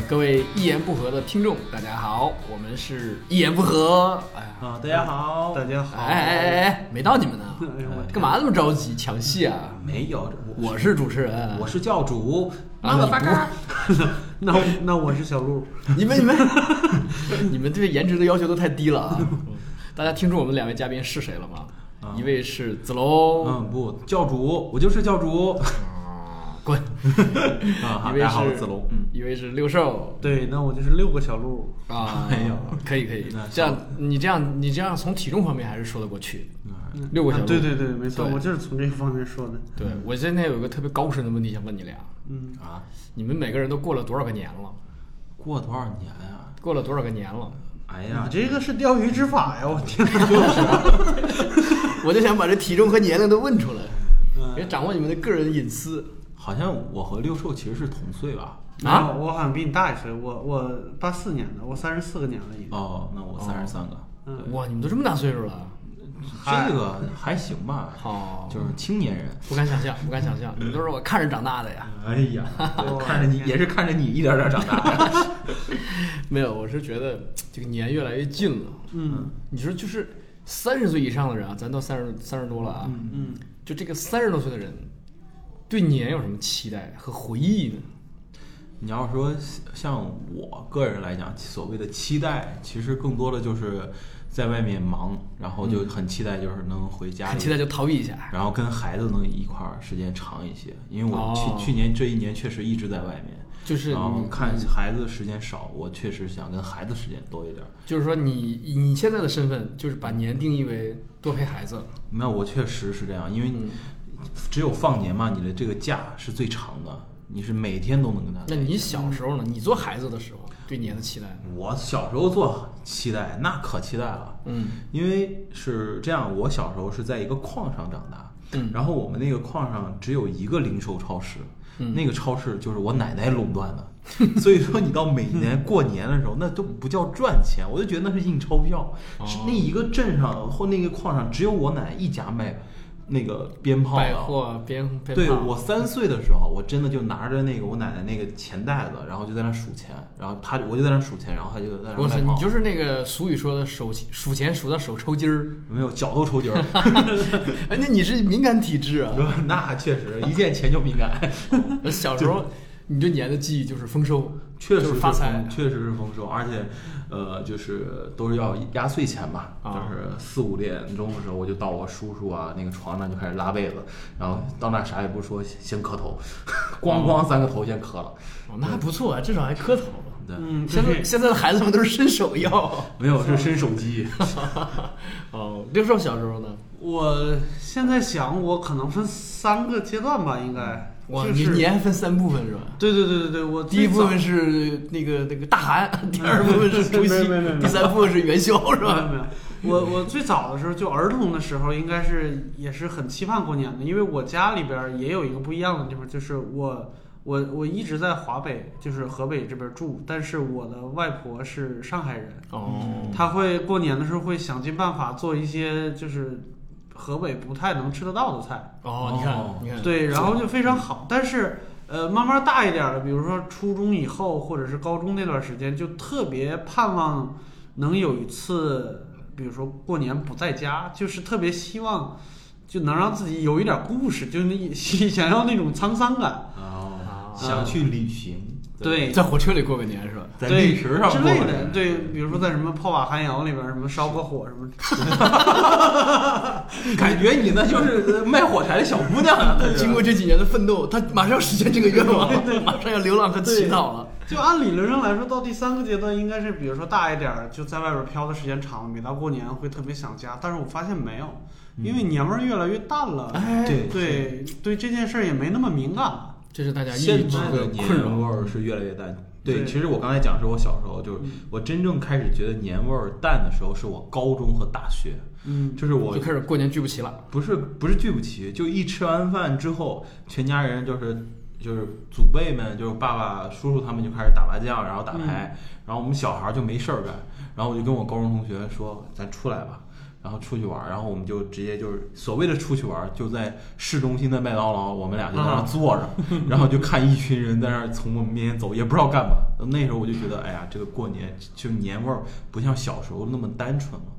各位一言不合的听众，大家好，我们是一言不合。 大家好， 大家好。 没到你们呢，干嘛那么着急抢戏啊？ 没有， 我是主持人， 我是教主。 那我是小鹿。 你们对颜值的要求都太低了啊！大家听出我们两位嘉宾是谁了吗？一位是子龙， 不，教主，我就是教主。 滚！ 大家好，子龙。 一位是六兽。 对，那我就是6个小鹿啊。可以。这样，你这样从体重方面还是说得过去。6个小鹿。 对，没错，我就是从这个方面说的。 对，我现在有一个特别高深的问题想问你俩。你们每个人都过了多少个年了？ 过多少年呀？ 过了多少个年了？ 哎呀， 你这个是钓鱼执法呀！我天哪！ 我就想把这体重和年龄都问出来，也掌握你们的个人隐私。 好像我和六兽其实是同岁吧？ 啊，我好像比你大1岁，我84年的，我34个年了已经。 哦，那我33个。 哇，你们都这么大岁数了？ 这个还行吧，就是青年人。 不敢想象，你们都是我看着长大的呀。 哎呀，看着你也是看着你一点点长大的。 没有，我是觉得这个年越来越近了。你说就是30岁以上的人啊，咱都30多了啊。就这个30多岁的人，对年有什么期待和回忆呢？ 你要说像我个人来讲，所谓的期待，其实更多的就是在外面忙，然后就很期待就是能回家里， 很期待就逃避一下， 然后跟孩子能一块儿时间长一些。因为我去年这1年确实一直在外面， 就是然后看孩子时间少，我确实想跟孩子时间多一点。 就是说你现在的身份就是把年定义为多陪孩子。 那我确实是这样，因为只有放年嘛，你的这个假是最长的，你是每天都能跟他。 那你小时候呢？你做孩子的时候对年的期待？ 我小时候做期待，那可期待了。因为是这样，我小时候是在一个矿上长大。然后我们那个矿上只有一个零售超市，那个超市就是我奶奶垄断的。所以说你到每年过年的时候，那都不叫赚钱，我就觉得那是印钞票。是那一个镇上或那个矿上只有我奶一家卖那个鞭炮百货鞭炮。 对，我3岁的时候，我真的就拿着那个我奶奶那个钱袋子，然后就在那数钱，然后我就在那数钱，然后他就在那卖炮。 你就是那个俗语说的数钱数到手抽筋儿， 没有脚都抽筋儿。 哎，那你是敏感体质啊？ 那确实，一见钱就敏感。 小时候你对年的记忆就是丰收， 确实是发财， 确实是丰收，而且就是都是要压岁钱嘛，就是4、5点钟的时候，我就到我叔叔啊那个床上就开始拉被子，然后到那啥也不说，先磕头，咣3个头先磕了。 那还不错啊，至少还磕头。 对， 现在的孩子们都是伸手要， 没有是伸手机。 六兽小时候呢？ 我现在想，我可能分3个阶段吧，应该。 哇，你还分3部分是吧？ 对，我第一部分是那个大寒，第2部分是除夕，第3部分是元宵是吧？ 没有，我最早的时候就儿童的时候，应该是也是很期盼过年的，因为我家里边也有一个不一样的地方，就是我一直在华北，就是河北这边住，但是我的外婆是上海人，她会过年的时候会想尽办法做一些就是河北不太能吃得到的菜。 你看， 对，然后就非常好。但是慢慢大一点的，比如说初中以后或者是高中那段时间，就特别盼望能有一次，比如说过年不在家，就是特别希望就能让自己有一点故事，就想要那种沧桑感。 想去旅行， 对， 在火车里过个年是吧？ 在历史上之类的，对，比如说在什么炮瓦寒窑里边，什么烧个火什么， 感觉你那就是卖火柴的小姑娘啊！ 经过这几年的奋斗，她马上要实现这个愿望，马上要流浪和祈祷了。 就按理论上来说，到第3个阶段应该是，比如说大一点，就在外边飘的时间长了，每到过年会特别想家。但是我发现没有，因为年味越来越淡了。对，这件事也没那么敏感了。 这是大家现在的年味儿是越来越淡。对，其实我刚才讲是我小时候，就是我真正开始觉得年味儿淡的时候，是我高中和大学。就是我就开始过年聚不齐了。 不是聚不齐，就一吃完饭之后，全家人就是祖辈们，就是爸爸、叔叔他们就开始打麻将，然后打牌，然后我们小孩就没事儿干，然后我就跟我高中同学说，咱出来吧。 然后出去玩，然后我们就直接就是所谓的出去玩，就在市中心的麦当劳，我们俩就在那儿坐着，然后就看一群人在那儿从我们面前走，也不知道干嘛。那时候我就觉得，哎呀，这个过年就年味儿不像小时候那么单纯了。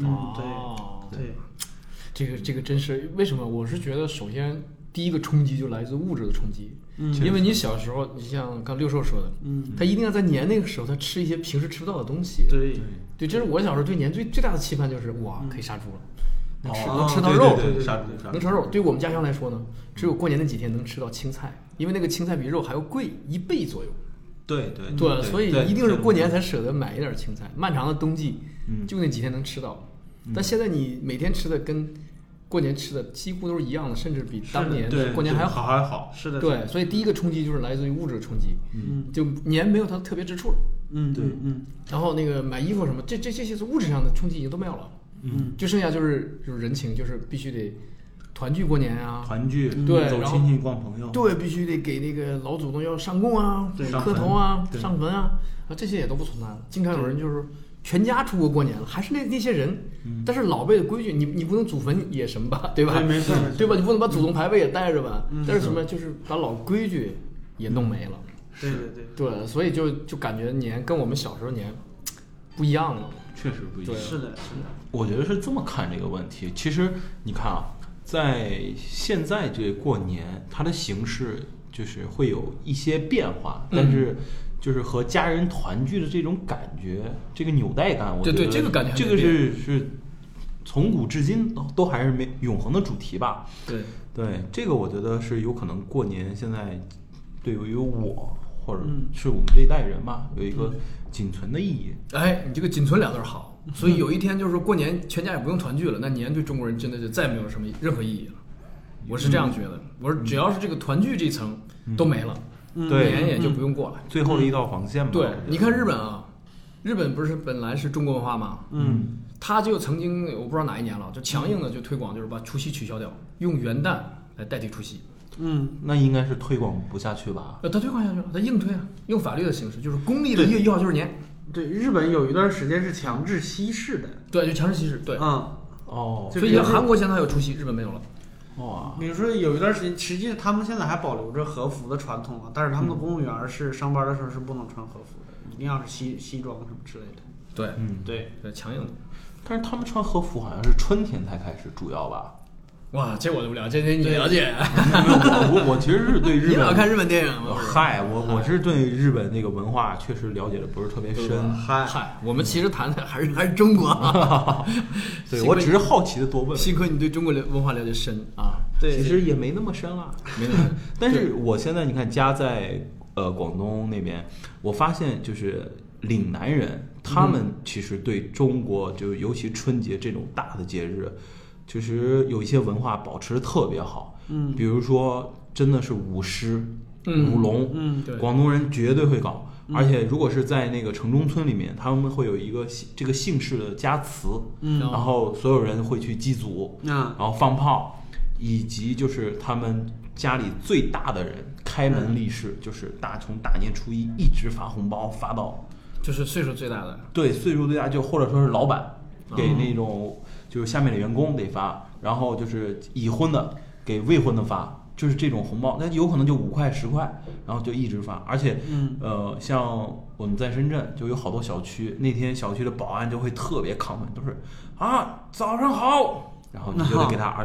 对， 这个真是为什么？我是觉得，首先第一个冲击就来自物质的冲击。因为你小时候，你像刚六兽说的，他一定要在年那个时候，他吃一些平时吃不到的东西。 对， 这是我小时候对年最大的期盼，就是哇，可以杀猪了，能吃到肉， 杀猪能吃肉。对我们家乡来说呢，只有过年那几天能吃到青菜，因为那个青菜比肉还要贵1倍左右。 对， 所以一定是过年才舍得买一点青菜。漫长的冬季，就那几天能吃到。但现在你每天吃的跟过年吃的几乎都是一样的，甚至比当年过年还好。 是的， 对，所以第一个冲击就是来自于物质的冲击，就年没有它的特别之处了。然后那个买衣服什么，这些是物质上的冲击已经都没有了。就剩下就是人情，就是必须得团聚过年啊， 团聚， 对， 走亲戚逛朋友， 对，必须得给那个老祖宗要上供啊，磕头啊，上坟啊，这些也都不存在了。经常有人就是全家出国过年了，还是那些人，但是老辈的规矩，你不能祖坟也什么吧，对吧？ 没错， 对吧？你不能把祖宗牌位也带着吧？但是什么，就是把老规矩也弄没了。对，所以就感觉年跟我们小时候年不一样了， 确实不一样。 是的。 我觉得是这么看这个问题。其实你看啊，在现在这过年，它的形式就是会有一些变化，但是就是和家人团聚的这种感觉，这个纽带感，我觉得对这个感觉， 这个是从古至今都还是永恒的主题吧。对，这个我觉得是有可能过年现在对于我或者是我们这一代人吧，有一个仅存的意义。 哎，你这个仅存2字好。所以有一天就是说过年全家也不用团聚了，那年对中国人真的就再没有什么任何意义了。我是这样觉得，我说只要是这个团聚这层都没了，年也就不用过了， 最后的一道防线嘛。 对，你看日本啊，日本不是本来是中国文化吗？他就曾经我不知道哪一年了，就强硬的就推广，就是把除夕取消掉，用元旦来代替除夕。 那应该是推广不下去吧？ 他推广下去了，他硬推啊，用法律的形式，就是公历的1月1号就是年。 对，日本有一段时间是强制西式的， 对，就强制西式，对， 所以韩国现在还有除夕，日本没有了。 哇， 比如说有一段时间，实际上他们现在还保留着和服的传统啊，但是他们的公务员是上班的时候是不能穿和服的，一定要是西装什么之类的。 对，强硬的。 但是他们穿和服好像是春天才开始，主要吧？ 哇，这我就不了解，这你了解？ 我其实是对日本， 你老看日本电影吗？ 嗨，我是对日本那个文化确实了解的不是特别深。 嗨，我们其实谈的还是中国。 对，我只是好奇的多问。 幸亏你对中国文化了解深啊。 对， 其实也没那么深了， 没那么深。 但是我现在你看家在广东那边，我发现就是岭南人，他们其实对中国就尤其春节这种大的节日。其实有一些文化保持的特别好，比如说真的是舞狮、舞龙，广东人绝对会搞，而且如果是在那个城中村里面，他们会有一个这个姓氏的加词，然后所有人会去祭祖，然后放炮，以及就是他们家里最大的人开门立誓，就是从大年初一一直发红包发到， 就是岁数最大的， 对，岁数最大就或者说是老板给那种。就是下面的员工得发，然后就是已婚的给未婚的发，就是这种红包，那有可能就5块10块，然后就一直发。而且，像我们在深圳就有好多小区，那天小区的保安就会特别亢奋，都是早上好，然后你就得给他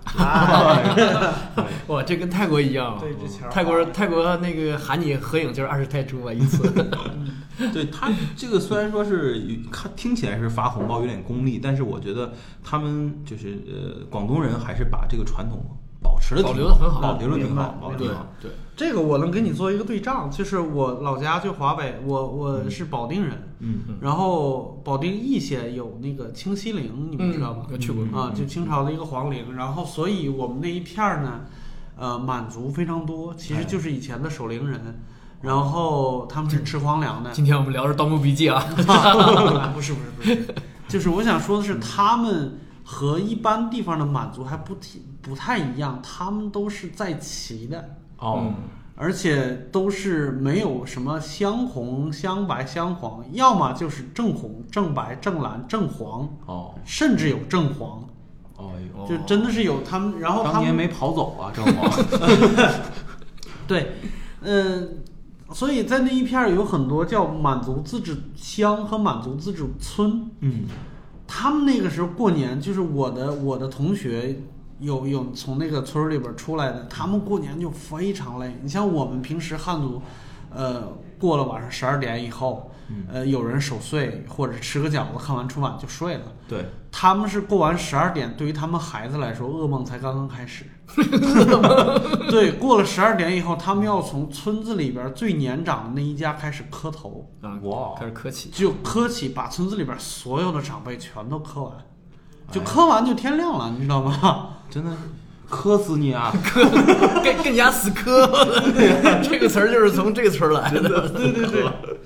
20。 哇，这跟泰国一样， 对，这钱泰国那个喊你合影就是20泰铢吧一次。 对他这个虽然说是听起来是发红包有点功利，但是我觉得他们就是广东人还是把这个传统保留的很好，保留的挺好。 对， 这个我能给你做一个对仗，就是我老家就华北，我是保定人，然后保定易县有那个清西陵，你们知道吗？ 我去过啊，就清朝的一个皇陵，然后所以我们那一片呢，满族非常多，其实就是以前的守陵人。然后他们是吃荒凉的。 今天我们聊的是《盗墓笔记》啊， 不是，就是我想说的是，他们和一般地方的满族还不太一样，他们都是在旗的。 而且都是没有什么香红、香白、香黄，要么就是正红、正白、正蓝、正黄，甚至有正黄。就真的是有他们，然后他们当年没跑走啊，正黄。 对，所以在那一片有很多叫满族自治乡和满族自治村。他们那个时候过年，就是我的同学有从那个村里边出来的，他们过年就非常累。你像我们平时汉族，过了晚上12点以后，有人守岁或者吃个饺子，看完春晚就睡了。 对， 他们是过完12点，对于他们孩子来说，噩梦才刚刚开始。对，过了12点以后，他们要从村子里边最年长的那一家开始磕头啊，开始磕起， 就磕起，把村子里边所有的长辈全都磕完，就磕完就天亮了，你知道吗？ 真的是磕死你啊！ 更加死磕，这个词儿就是从这个词儿来的。 对。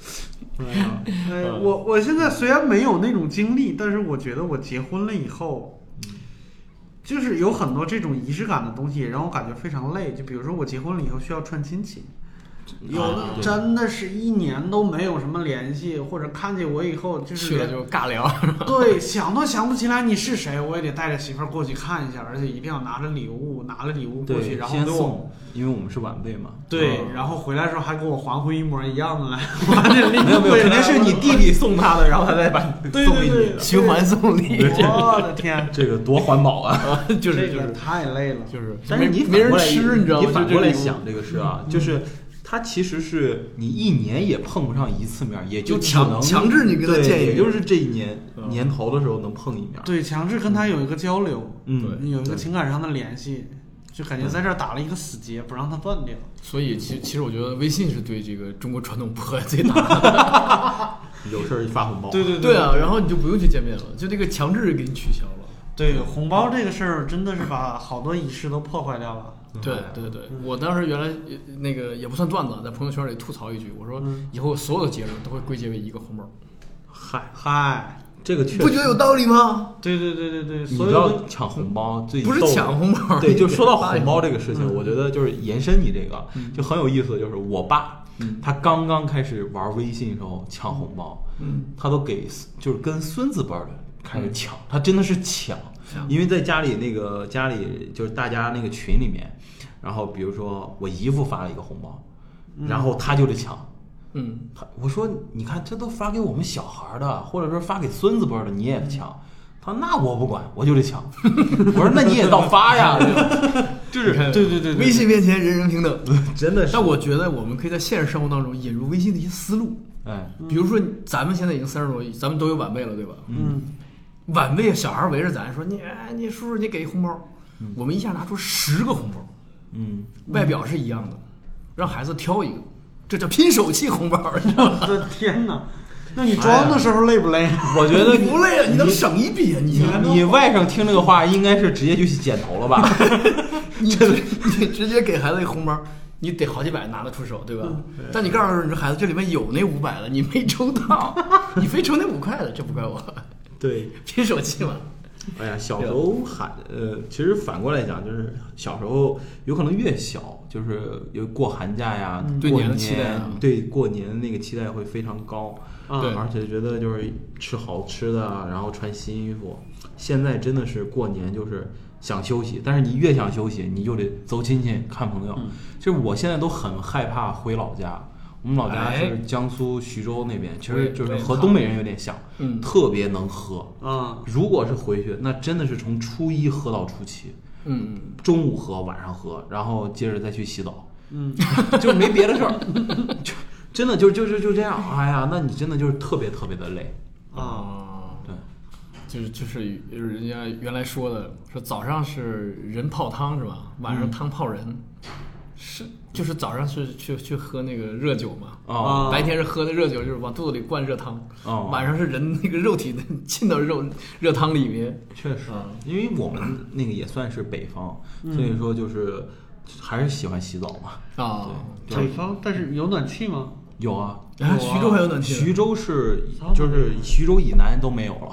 我现在虽然没有那种经历，但是我觉得我结婚了以后，就是有很多这种仪式感的东西，也让我感觉非常累。就比如说我结婚了以后需要串亲戚，有的真的是1年都没有什么联系，或者看见我以后就是去了就尬聊。 对，想都想不起来你是谁，我也得带着媳妇儿过去看一下，而且一定要拿了礼物过去，然后给我， 因为我们是晚辈嘛。 对，然后回来的时候还给我还回一模一样的来。 没有，肯定是你弟弟送他的，然后他再把送给你的， 循环送礼。 我的天， 这个多环保啊！ 就是太累了， 就是。 但是你没人吃，你知道吗？ 你反过来想这个事啊，就是它其实是你1年也碰不上1次面，也就强制你跟他见一面， 也就是这一年头的时候能碰一面。 对，强制跟他有一个交流，有一个情感上的联系。就感觉在这儿打了一个死结，不让它断掉。 所以其实我觉得微信是对这个中国传统破坏最大的。 有事儿发红包。 对啊，然后你就不用去见面了，就这个强制给你取消了。 对，红包这个事儿真的是把好多仪式都破坏掉了。 对，我当时原来那个也不算段子，在朋友圈里吐槽一句，我说以后所有的节日都会归结为一个红包。 嗨。 这个确实不觉得有道理吗？ 对， 你知道抢红包最不是抢红包， 对，就说到红包这个事情，我觉得就是延伸你这个就很有意思，就是我爸他刚刚开始玩微信的时候抢红包，他都给就是跟孙子辈的开始抢，他真的是抢，因为在家里就是大家那个群里面，然后比如说我姨父发了一个红包，然后他就得抢。我说你看这都发给我们小孩的，或者说发给孙子辈的，你也抢。他说那我不管，我就得抢。我说那你也倒发呀， 就是对， 微信面前人人平等， 真的是。 但我觉得我们可以在现实生活当中引入微信的一些思路，比如说咱们现在已经30多，咱们都有晚辈了，对吧？晚辈小孩围着咱说你叔叔你给红包，我们一下拿出10个红包，外表是一样的，让孩子挑一个。这叫拼手气红包，你知道吗？ 我的天哪！那你装的时候累不累？ 我觉得不累啊，你能省一笔啊！ 你外甥听这个话，应该是直接就去剪头了吧？ 你直接给孩子一个红包，你得好几百拿得出手，对吧？但你告诉你这孩子这里面有那500了，你没抽到，你非抽那5块的，这不怪我。 对， 拼手气嘛。 哎呀，小时候其实反过来讲，就是小时候有可能越小，就是有过寒假呀， 对过年的期待， 对过年那个期待会非常高， 对， 而且觉得就是吃好吃的，然后穿新衣服。现在真的是过年就是想休息，但是你越想休息，你就得走亲戚看朋友。就是我现在都很害怕回老家。我们老家是江苏徐州那边，其实就是和东北人有点像，特别能喝。如果是回去，那真的是从初一喝到初七，中午喝，晚上喝，然后接着再去洗澡，就没别的事儿，就真的就这样。哎呀，那你真的就是特别特别的累啊。对，就是人家原来说早上是人泡汤是吧？晚上汤泡人。就是早上是去喝那个热酒嘛，白天是喝的热酒，就是往肚子里灌热汤，晚上是人那个肉体浸到热汤里面。 确实，因为我们那个也算是北方，所以说就是还是喜欢洗澡嘛。 北方，但是有暖气吗？ 有啊， 徐州还有暖气。 徐州就是徐州以南都没有了。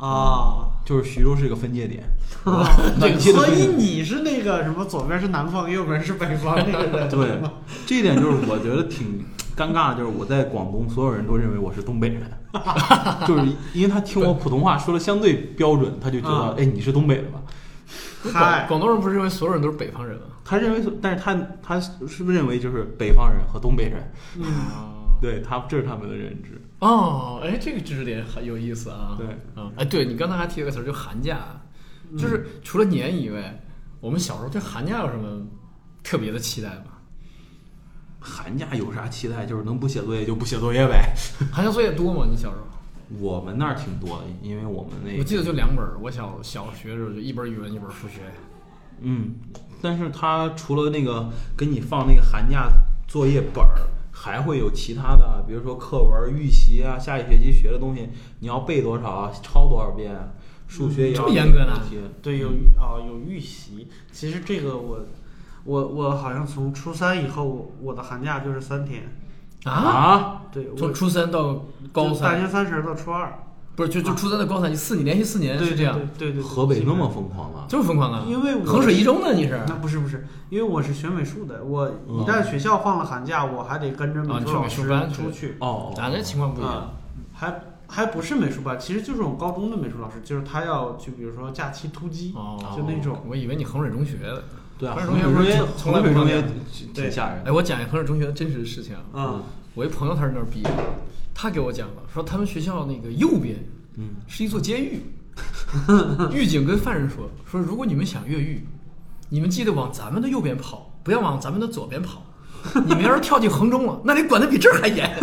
啊， 就是徐州是一个分界点。 所以你是那个什么左边是南方，右边是北方那个人。 对，这一点就是我觉得挺尴尬的，就是我在广东，所有人都认为我是东北人，就是因为他听我普通话说的相对标准，他就觉得哎你是东北的吧？ 广东人不是认为所有人都是北方人吗？ 他认为，但是他是不是认为就是北方人和东北人？对这是他们的认知。 哦，哎，这个知识点很有意思啊。 对， 哎，对你刚才还提了个词儿，就寒假，就是除了年以外，我们小时候对寒假有什么特别的期待吗？ 寒假有啥期待？就是能不写作业就不写作业呗。 寒假作业多吗？你小时候？ 我们那儿挺多的，因为我们我记得就2本，我小学的时候就1本语文，1本数学。 但是他除了那个给你放那个寒假作业本儿，还会有其他的，比如说课文预习啊，下一学期学的东西你要背多少，抄多少遍，数学也要这么严格呢？ 对，有预习。其实这个我好像从初3以后，我的寒假就是3天。 啊？ 对， 从初3到高3， 大年30到初2。 不是，就初3到高3，就4年，连续4年是这样。 对。 河北那么疯狂啊？ 这么疯狂啊？ 因为衡水一中呢？你是？ 那不是，因为我是学美术的，我一旦学校放了寒假，我还得跟着美术老师出去。 咱这情况不一样。 还不是美术班，其实就是我们高中的美术老师，就是他要去，比如说假期突击，就那种。 我以为你衡水中学的。 对啊， 衡水中学从来不中学挺吓人。 哎，我讲一衡水中学的真实的事情啊。我一朋友他是那儿毕业的，他给我讲了，说他们学校那个右边，是一座监狱。狱警跟犯人说，如果你们想越狱，你们记得往咱们的右边跑，不要往咱们的左边跑。你们要是跳进衡中了，那你管得比这儿还严。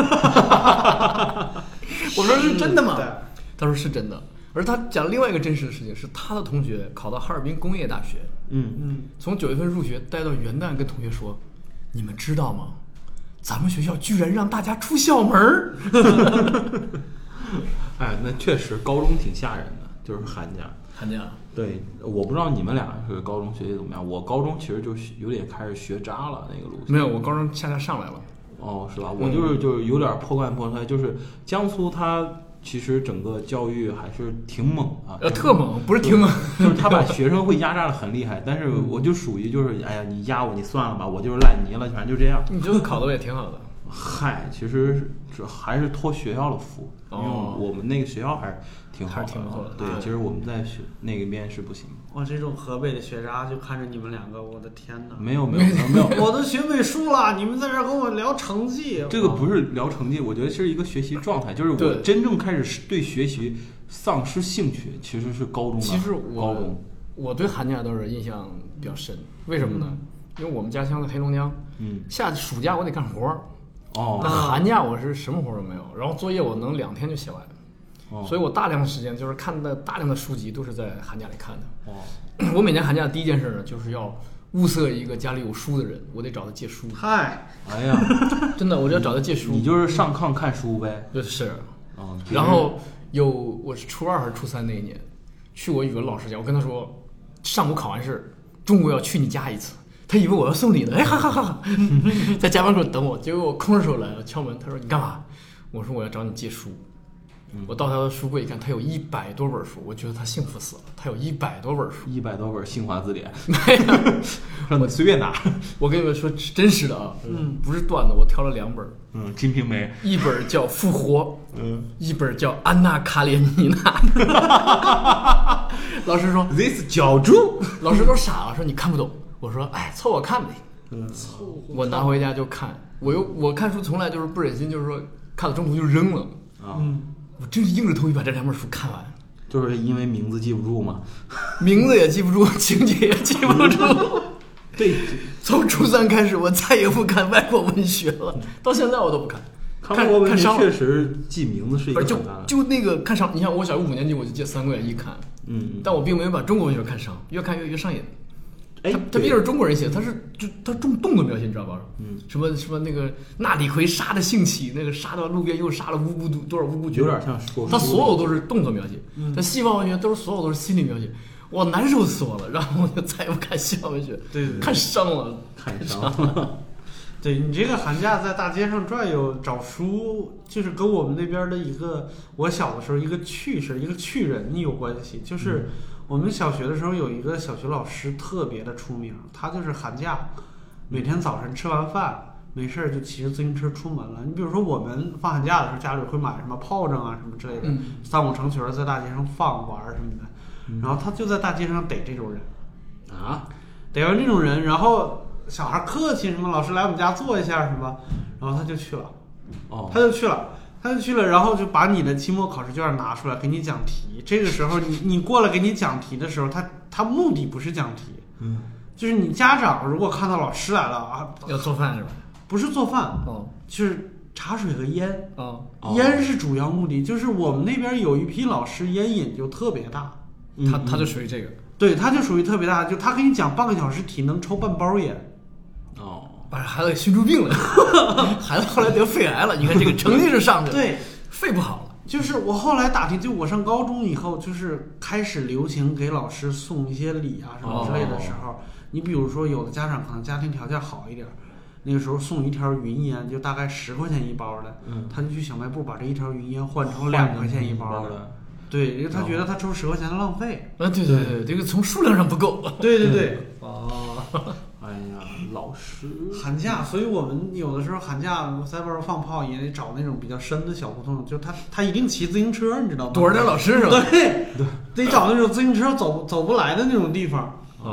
我说是真的吗？他说是真的。而他讲另外一个真实的事情，是他的同学考到哈尔滨工业大学，从9月份入学待到元旦，跟同学说，你们知道吗？咱们学校居然让大家出校门儿。 哎，那确实高中挺吓人的，就是寒假。对，我不知道你们俩是高中学习怎么样。我高中其实就有点开始学渣了，那个路线。 没有，我高中恰恰上来了。 哦，是吧？我就是有点破罐破摔。就是江苏它其实整个教育还是挺猛啊， 特猛，不是挺猛， 就是他把学生会压榨的很厉害。但是我就属于就是，哎呀，你压我，你算了吧，我就是烂泥了，反正就这样。 你就是考的也挺好的。 嗨，其实还是托学校的福，因为我们那个学校还是挺好的， 挺不错的。 对，其实我们在那个边是不行。 哇，这种河北的学渣就看着你们2个，我的天哪！ 没有， 我都学美术了，你们在这儿跟我聊成绩。 这个不是聊成绩，我觉得是一个学习状态，就是我真正开始对学习丧失兴趣，其实是高中。 其实我对寒假都是印象比较深，为什么呢？因为我们家乡在黑龙江，暑假我得干活。那寒假我是什么活都没有，然后作业我能2天就写完，所以我大量的时间就是看的大量的书籍都是在寒假里看的。我每年寒假第一件事呢，就是要物色一个家里有书的人，我得找他借书。 嗨， 哎呀， 真的，我就要找他借书。 你就是上炕看书呗？ 就是。然后我是初2还是初3那一年，去我语文老师家，我跟他说，上午考完试，中午要去你家一次。他以为我要送礼呢，哎，哈，在家门口等我，结果我空着手来了，敲门，他说你干嘛？我说我要找你借书。我到他的书柜一看，他有100多本书，我觉得他幸福死了，他有100多本书 ，100多本新华字典， 没有， 让你随便拿。 我跟你们说真实的啊，不是段子，我挑了2本， 金瓶梅， 一本叫《复活》，一本叫《安娜卡列尼娜》。老师说 This 脚注， 老师都傻了，说你看不懂。我说哎，凑合看呗。我拿回家就看，我看书从来就是不忍心，就是说看到中途就扔了啊。我真是硬着头皮把这2本书看完。 就是因为名字记不住嘛， 名字也记不住，情节也记不住。 对， 从初3开始，我再也不看外国文学了，到现在我都不看。 看外国文学确实记名字是一个很大的。 就那个看伤，你看我小学5年级我就借《三国演义》看，但我并没有把中国文学看伤，越看越上瘾。他毕竟是中国人写，他重动作描写，你知道吧？什么那个纳里奎杀的兴起，那个杀到路边又杀了多少无辜军， 有点像说他所有都是动作描写。但西方文学所有都是心理描写，我难受死我了。然后我就再也不看西方文学， 对， 看伤了， 看伤了。 对你这个寒假在大街上转悠找书，就是跟我们那边的一个我小的时候一个趣事，一个趣人有关系。就是我们小学的时候有一个小学老师特别的出名，他就是寒假每天早晨吃完饭没事儿就骑着自行车出门了。你比如说我们放寒假的时候，家里会买什么炮仗啊什么之类的，三五成群在大街上放玩什么的，然后他就在大街上逮这种人啊，逮完这种人，然后小孩客气什么，老师来我们家坐一下什么，然后他就去了，他就去了，然后就把你的期末考试卷拿出来给你讲题。这个时候你过来给你讲题的时候，他目的不是讲题，就是你家长如果看到老师来了啊， 要做饭是吧？ 不是做饭就是茶水和烟烟是主要目的。就是我们那边有一批老师烟瘾就特别大， 他就属于这个， 对，他就属于特别大，就他给你讲半个小时题能抽半包烟。 把孩子给熏出病了，孩子后来得肺癌了。你看这个成绩是上去了， 对， 肺不好了。 就是我后来打听，就我上高中以后，就是开始流行给老师送一些礼啊什么之类的时候，你比如说有的家长可能家庭条件好一点，那个时候送一条云烟，就大概10块钱一包的，他就去小卖部把这一条云烟换成2块钱一包的。对，因为他觉得他抽10块钱的浪费。 对，这个从数量上不够。 对。 哎呀，老师寒假，所以我们有的时候寒假在外边放炮也得找那种比较深的小胡同，就他一定骑自行车，你知道吗？ 躲着点老师是吧？ 对，得找那种自行车走不来的那种地方。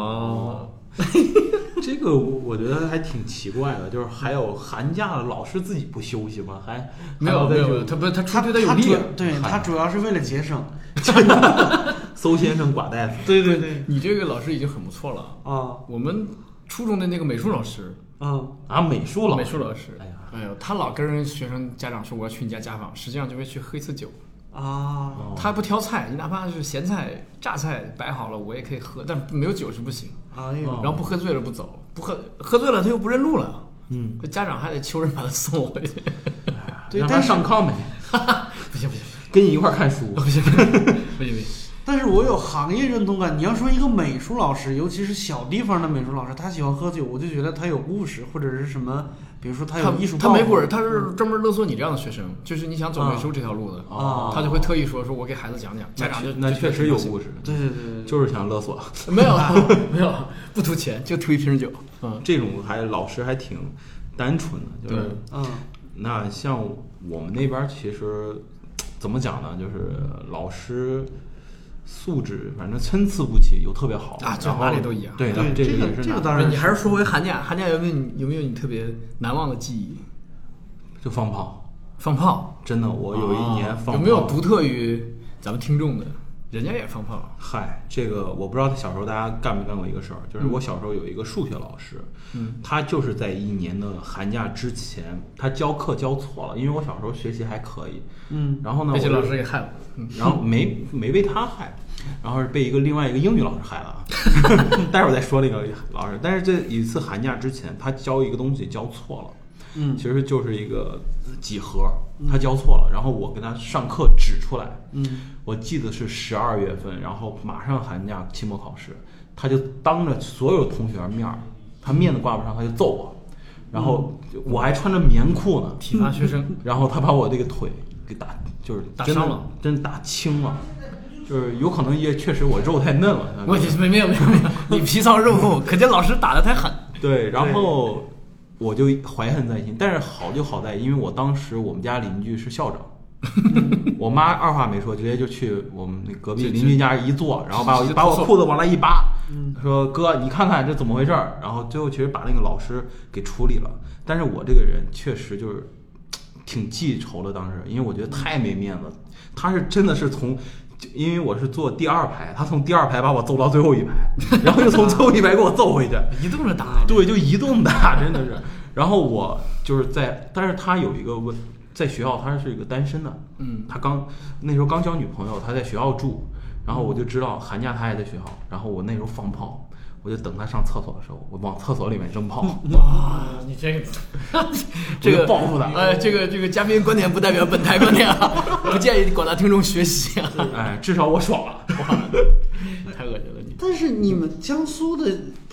这个我觉得还挺奇怪的，就是还有寒假的老师自己不休息吗？还没有，他出对他有利， 对他主要是为了节省。 馊先生寡大夫。 对， 你这个老师已经很不错了啊。我们初中的那个美术老师， 美术老师， 哎呦，他老跟学生家长说我要去你家家访，实际上就会去喝一次酒啊。他不挑菜，你哪怕是咸菜、榨菜摆好了，我也可以喝，但没有酒是不行。然后不喝醉了不走，喝醉了他又不认路了，家长还得求人把他送回去。 对， 让他上炕呗。 不行， 跟你一块看书。 不行。 但是我有行业认同感。你要说一个美术老师，尤其是小地方的美术老师，他喜欢喝酒，我就觉得他有故事，或者是什么，比如说他有艺术。 他没故事，他是专门勒索你这样的学生，就是你想走美术这条路的，他就会特意说我给孩子讲讲，家长就那确实有故事。 对， 就是想勒索。 没有，不图钱，就图一瓶酒。 这种老师还挺单纯的，就是那像我们那边其实怎么讲呢？就是老师素质反正参差不齐，有特别好啊，这哪里都一样。 对，这个也是。 这个当然。 你还是说回寒假有没有你特别难忘的记忆？ 就放炮。 真的，我有一年放炮。 有没有独特于咱们听众的？人家也放炮。 嗨，这个我不知道小时候大家干没干过一个事儿，就是我小时候有一个数学老师，他就是在一年的寒假之前，他教课教错了，因为我小时候学习还可以，然后呢， 被这老师给害了， 然后没被他害，然后是被另外一个英语老师害了，待会儿再说那个老师。但是这一次寒假之前，他教一个东西教错了，其实就是一个几何，他教错了，然后我跟他上课指出来，我记得是12月份，然后马上寒假期末考试，他就当着所有同学面，他面子挂不上，他就揍我，然后我还穿着棉裤呢， 体罚学生， 然后他把我这个腿给打，就是打伤了， 真打青了。就是有可能也确实我肉太嫩了， 没有，你皮糙肉厚，可见老师打得太狠。 对，然后我就怀恨在心，但是好就好在，因为我当时我们家邻居是校长，我妈二话没说，直接就去我们那隔壁邻居家一坐，然后把我裤子往那一扒，说哥你看看这怎么回事，然后最后其实把那个老师给处理了。但是我这个人确实就是挺记仇的，当时因为我觉得太没面子，他是真的是因为我是坐第2排，他从第2排把我揍到最后一排，然后又从最后一排给我揍回去， 移动着打。 对，就移动打，真的是。然后我就是但是他有一个在学校他是一个单身的，他那时候刚交女朋友，他在学校住，然后我就知道寒假他也在学校，然后我那时候放炮，我就等他上厕所的时候，我往厕所里面扔炮。 哇，你这个报复的， 这个嘉宾观点不代表本台观点啊，不建议广大听众学习啊。 至少我爽了， 太恶心了你。 但是你们江苏的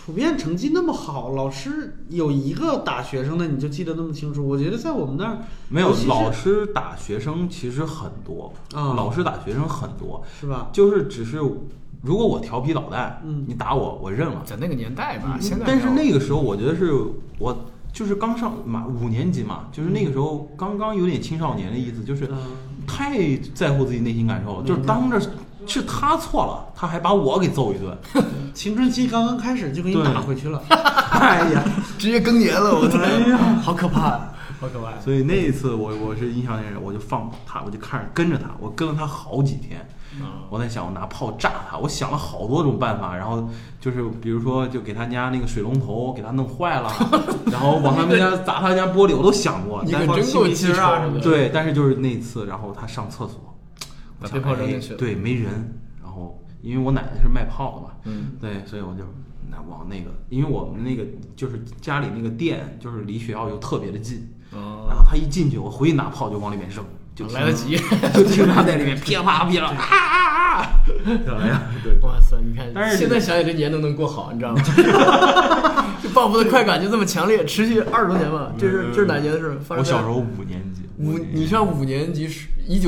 普遍成绩那么好，老师有一个打学生的你就记得那么清楚。我觉得在我们那儿没有老师打学生其实很多老师打学生很多， 是吧？ 就是只是如果我调皮捣蛋，你打我认了， 在那个年代吧，现在但是那个时候我觉得是我就是刚上5年级嘛，就是那个时候刚刚有点青少年的意思，就是太在乎自己内心感受，就是当着是他错了，他还把我给揍一顿。 青春期刚刚开始就给你打回去了， 哎呀，直接更年了，我天，哎呀，好可怕，好可怕。 所以那一次我是印象深，我就放他，我就开始跟着他，我跟了他好几天。我在想我拿炮炸他，我想了好多种办法，然后就是比如说就给他家那个水龙头给他弄坏了，然后往他们家砸他家玻璃，我都想过。 你可真够记仇的。 对，但是就是那次，然后他上厕所， 把鞭炮扔进去了。 对，没人。然后因为我奶奶是卖炮的嘛，对，所以我就往那个，因为我们那个就是家里那个店就是离学校又特别的近，然后他一进去，我回去拿炮就往里面扔。就来得及， 就听他在里面噼啪噼啪啊！哎呀，对， 哇塞，你看， 但是现在想想这年都能过好，你知道吗？这报复的快感就这么强烈，持续20多年吧。这是哪年的事？ 我小时候5年级。 你上5年级是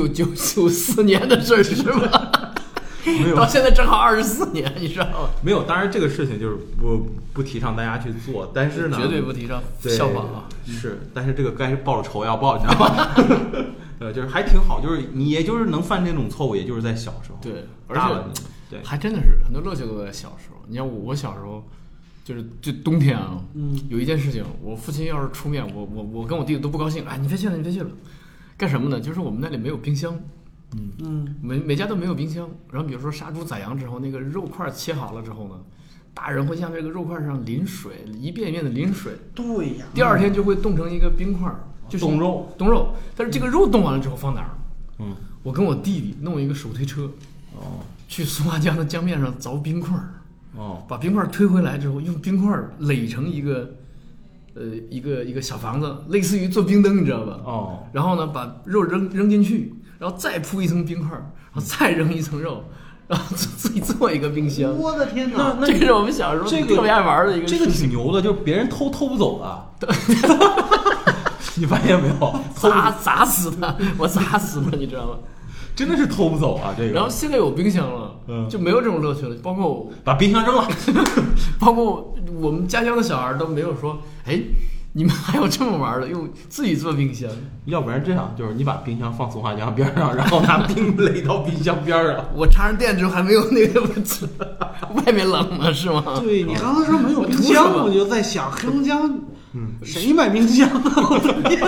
1994年的事是吗？ 没有， 到现在正好24年，你知道吗？ 没有，当然这个事情就是不提倡大家去做，但是呢， 绝对不提倡效仿啊。 是，但是这个该报了仇要报，你知道吗？就是还挺好，就是你也就是能犯这种错误，也就是在小时候。 对，而且对， 还真的是很多乐趣都在小时候。你像我小时候，就冬天啊，有一件事情，我父亲要是出面，我跟我弟弟都不高兴，哎，你别去了，你别去了，干什么呢？就是我们那里没有冰箱。每家都没有冰箱。然后比如说杀猪宰羊之后，那个肉块切好了之后呢，大人会向这个肉块上淋水，一遍一遍的淋水。 对呀。 第二天就会冻成一个冰块，就是冻肉。 但是这个肉冻完了之后放哪儿？我跟我弟弟弄一个手推车，去松花江的江面上凿冰块，把冰块推回来之后，用冰块垒成一个小房子，类似于做冰灯，你知道吧？然后呢，把肉扔进去。然后再铺一层冰块，然后再扔一层肉，然后自己做一个冰箱。 我的天哪！ 这是我们小时候特别爱玩的一个。 这个挺牛的，就是别人偷不走的。你发现没有？ 砸死他，我砸死他，你知道吗？ 真的是偷不走啊！这个。 然后现在有冰箱了，就没有这种乐趣了。包括把冰箱扔了， 包括我们家乡的小孩都没有说，哎。你们还有这么玩的？用自己做冰箱？ 要不然这样，就是你把冰箱放松花江边上，然后拿冰垒到冰箱边上。 我插上电之后还没有那个外面冷呢，是吗？ 对，你刚才说没有冰箱，我就在想黑龙江，谁买冰箱呢？我的天！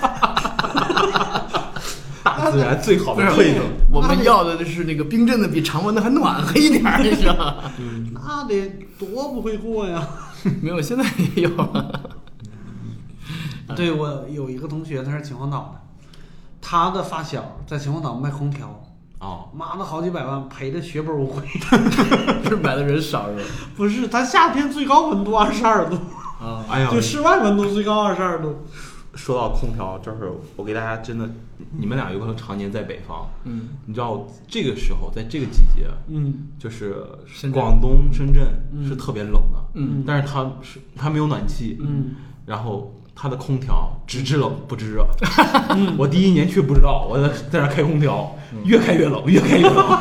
大自然最好的馈赠。 我们要的是那个冰镇的比常温的还暖和一点，你知道吗？ 那得多不会过呀！ 没有，现在也有了。 对，我有一个同学，他是秦皇岛的，他的发小在秦皇岛卖空调，妈的好几百万，赔的血本无归。 是买的人少是吧？ 不是，他夏天最高温度22度啊， 哎呀， 就室外温度最高22度。 说到空调，就是我给大家真的，你们俩有可能常年在北方，你知道这个时候在这个季节，就是广东深圳是特别冷的，但是它没有暖气，然后它的空调只制冷不制热。我第1年去不知道，我在那开空调，越开越冷，越开越冷。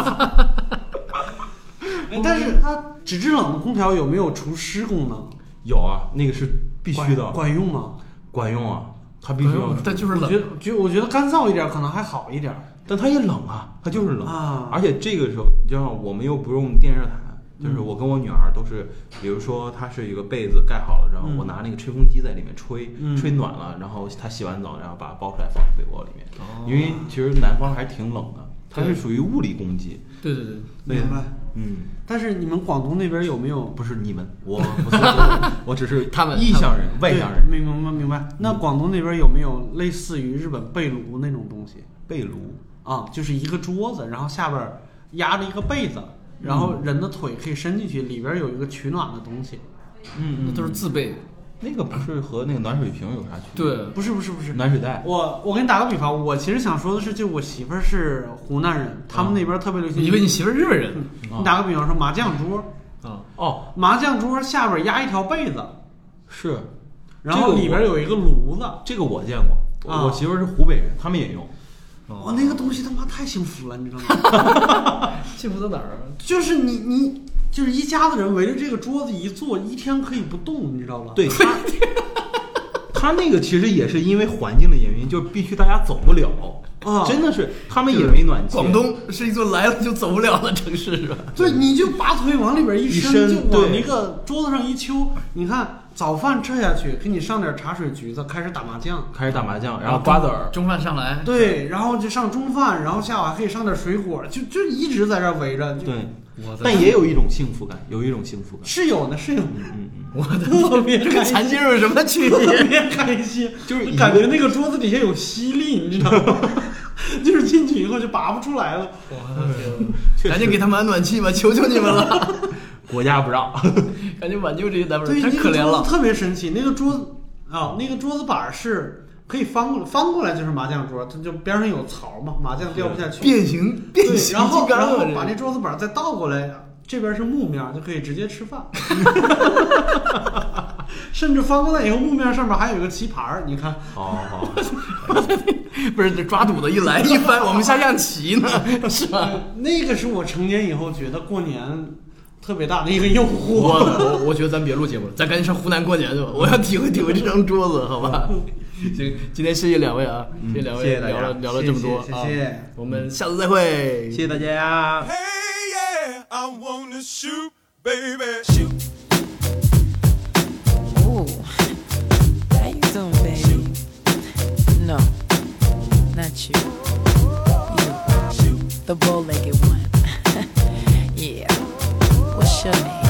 但是它只制冷的空调有没有除湿功能？ 有啊，那个是必须的。 管用吗？ 管用啊，它必须要。 但就是冷。 我觉得干燥一点可能还好一点， 但它也冷啊，它就是冷啊。 而且这个时候，就像我们又不用电热毯，就是我跟我女儿都是，比如说她是一个被子盖好了，然后我拿那个吹风机在里面吹暖了，然后她洗完澡，然后把它包出来放在被窝里面。因为其实南方还挺冷的，它是属于物理攻击。 对， 明白。但是你们广东那边有没有？ 不是你们，我不是，我只是他们异乡人、外乡人。 明白。那广东那边有没有类似于日本被炉那种东西？ 被炉啊，就是一个桌子，然后下边压着一个被子，然后人的腿可以伸进去，里边有一个取暖的东西。 那都是自备。 那个不是和那个暖水瓶有啥区别？ 对， 不是暖水袋。 我给你打个比方，我其实想说的是，就我媳妇儿是湖南人，他们那边特别流行。 以为你媳妇儿日本人？ 你打个比方说麻将桌。 哦， 麻将桌下边压一条被子， 是， 然后里边有一个炉子。 这个我见过，我媳妇是湖北人，他们也用。 哇，那个东西他妈太幸福了，你知道吗？ 幸福在哪儿啊？ 就是你就是一家子人围着这个桌子一坐，一天可以不动，你知道吧？ 对他那个其实也是因为环境的原因，就是必须大家走不了啊，真的是他们也没暖气。 广东是一座来了就走不了的城市，是吧？ 对，你就拔腿往里边一伸，就往那个桌子上一揪，你看。早饭吃下去，给你上点茶水橘子，开始打麻将， 然后瓜子儿， 中饭上来， 对，然后就上中饭，然后下午还可以上点水果，就一直在这围着。 对，但也有一种幸福感， 是有的，是有的。 我的特别跟残疾人有什么区别？ 特别开心，就是感觉那个桌子底下有吸力，你知道吗？就是进去以后就拔不出来了。 赶紧给他们安暖气吧，求求你们了。 国家不让， 赶紧挽救这些单位，太可怜了。 特别神奇，那个桌子啊，那个桌子板是可以翻过来就是麻将桌，它就边上有槽嘛，麻将掉不下去。 变形， 然后把那桌子板再倒过来，这边是木面，就可以直接吃饭。甚至翻过来以后，木面上面还有一个棋盘，你看。 好， 不是这抓赌的一来一翻，我们下象棋呢，是吧？ 那个是我成年以后觉得过年特别大的一个诱惑。 我觉得咱别录节目了，咱赶紧上湖南过年去吧！我要体会这张桌子，好吧？行，今天谢谢两位啊，谢谢两位聊了这么多， 谢谢， 我们下次再会， 谢谢大家。 Hey yeah, I wanna shoot, baby, shoot. Ooh, how you doing, baby? No, not you. You, the bow-legged one. Yeah. What's your name?